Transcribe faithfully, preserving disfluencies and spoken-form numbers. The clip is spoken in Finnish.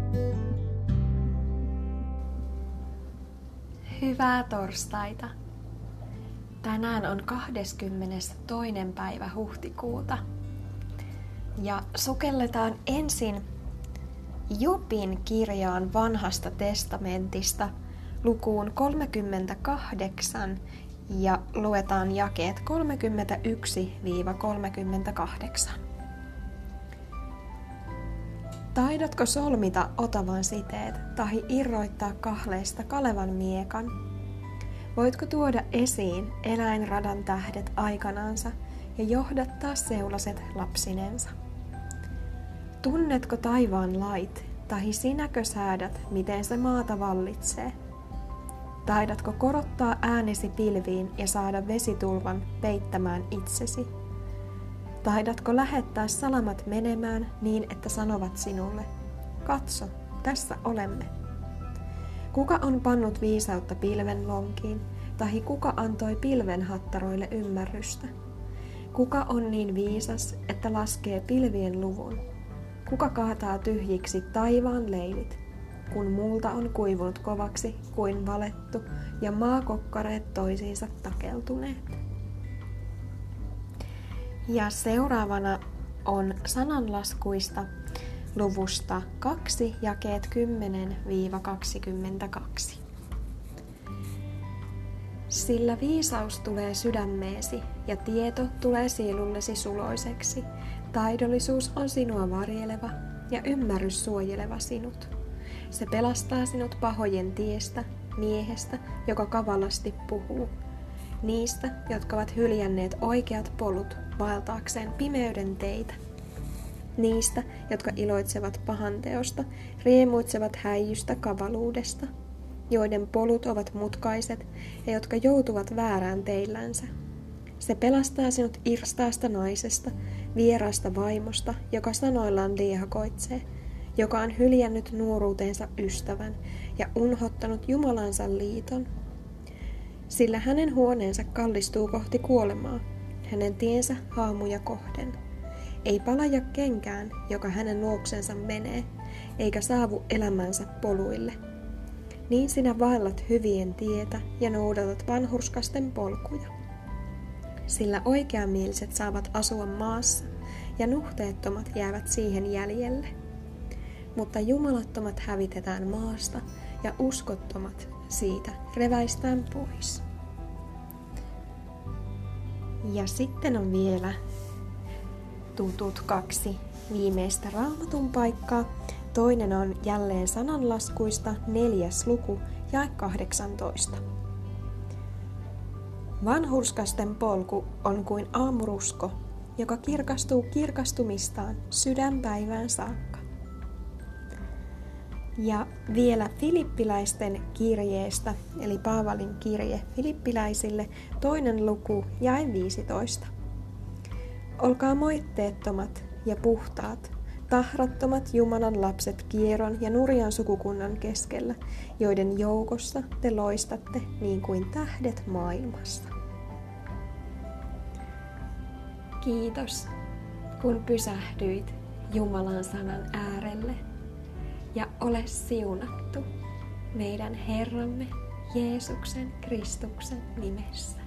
Hyvää torstaita! Tänään on kahdeskymmenestoinen päivä huhtikuuta ja sukelletaan ensin Jobin kirjaan Vanhasta testamentista lukuun kolmekymmentäkahdeksan ja luetaan jakeet kolmekymmentäyksi kolmekymmentäkahdeksan. Taidatko solmita otavan siteet tahi irroittaa kahleista kalevan miekan? Voitko tuoda esiin eläinradan tähdet aikanaansa ja johdattaa seulaset lapsinensa? Tunnetko taivaan lait, tahi sinäkö säädät, miten se maata vallitsee? Taidatko korottaa äänesi pilviin ja saada vesitulvan peittämään itsesi? Taidatko lähettää salamat menemään niin, että sanovat sinulle, katso, tässä olemme. Kuka on pannut viisautta pilven lonkiin, tahi kuka antoi pilven hattaroille ymmärrystä? Kuka on niin viisas, että laskee pilvien luvun? Kuka kaataa tyhjiksi taivaan leilit, kun multa on kuivunut kovaksi kuin valettu ja maakokkareet toisiinsa takeltuneet? Ja seuraavana on sananlaskuista luvusta kaksi, jakeet kymmenen kaksikymmentäkaksi. Sillä viisaus tulee sydämeesi ja tieto tulee sielullesi suloiseksi. Taidollisuus on sinua varjeleva ja ymmärrys suojeleva sinut. Se pelastaa sinut pahojen tiestä, miehestä, joka kavalasti puhuu. Niistä, jotka ovat hyljänneet oikeat polut vaeltaakseen pimeyden teitä. Niistä, jotka iloitsevat pahanteosta, riemuitsevat häijystä kavaluudesta, joiden polut ovat mutkaiset ja jotka joutuvat väärään teillänsä. Se pelastaa sinut irstaasta naisesta, vieraasta vaimosta, joka sanoillaan liehakoitsee, joka on hyljännyt nuoruutensa ystävän ja unhottanut Jumalansa liiton. Sillä hänen huoneensa kallistuu kohti kuolemaa, hänen tiensä haamuja kohden. Ei palaja kenkään, joka hänen luoksensa menee, eikä saavu elämänsä poluille. Niin sinä vaellat hyvien tietä ja noudatat vanhurskasten polkuja. Sillä oikeamieliset saavat asua maassa ja nuhteettomat jäävät siihen jäljelle. Mutta jumalattomat hävitetään maasta ja uskottomat siitä reväistään pois. Ja sitten on vielä tutut kaksi viimeistä raamatun paikkaa. Toinen on jälleen sananlaskuista neljäs luku jae kahdeksantoista. Vanhurskasten polku on kuin aamurusko, joka kirkastuu kirkastumistaan sydänpäivään saakka. Ja vielä Filippiläisten kirjeestä, eli Paavalin kirje Filippiläisille, toinen luku, jae viisitoista. Olkaa moitteettomat ja puhtaat, tahrattomat Jumalan lapset kieron ja nurjan sukukunnan keskellä, joiden joukossa te loistatte niin kuin tähdet maailmassa. Kiitos, kun pysähdyit Jumalan sanan äärelle. Ja ole siunattu meidän Herramme Jeesuksen Kristuksen nimessä.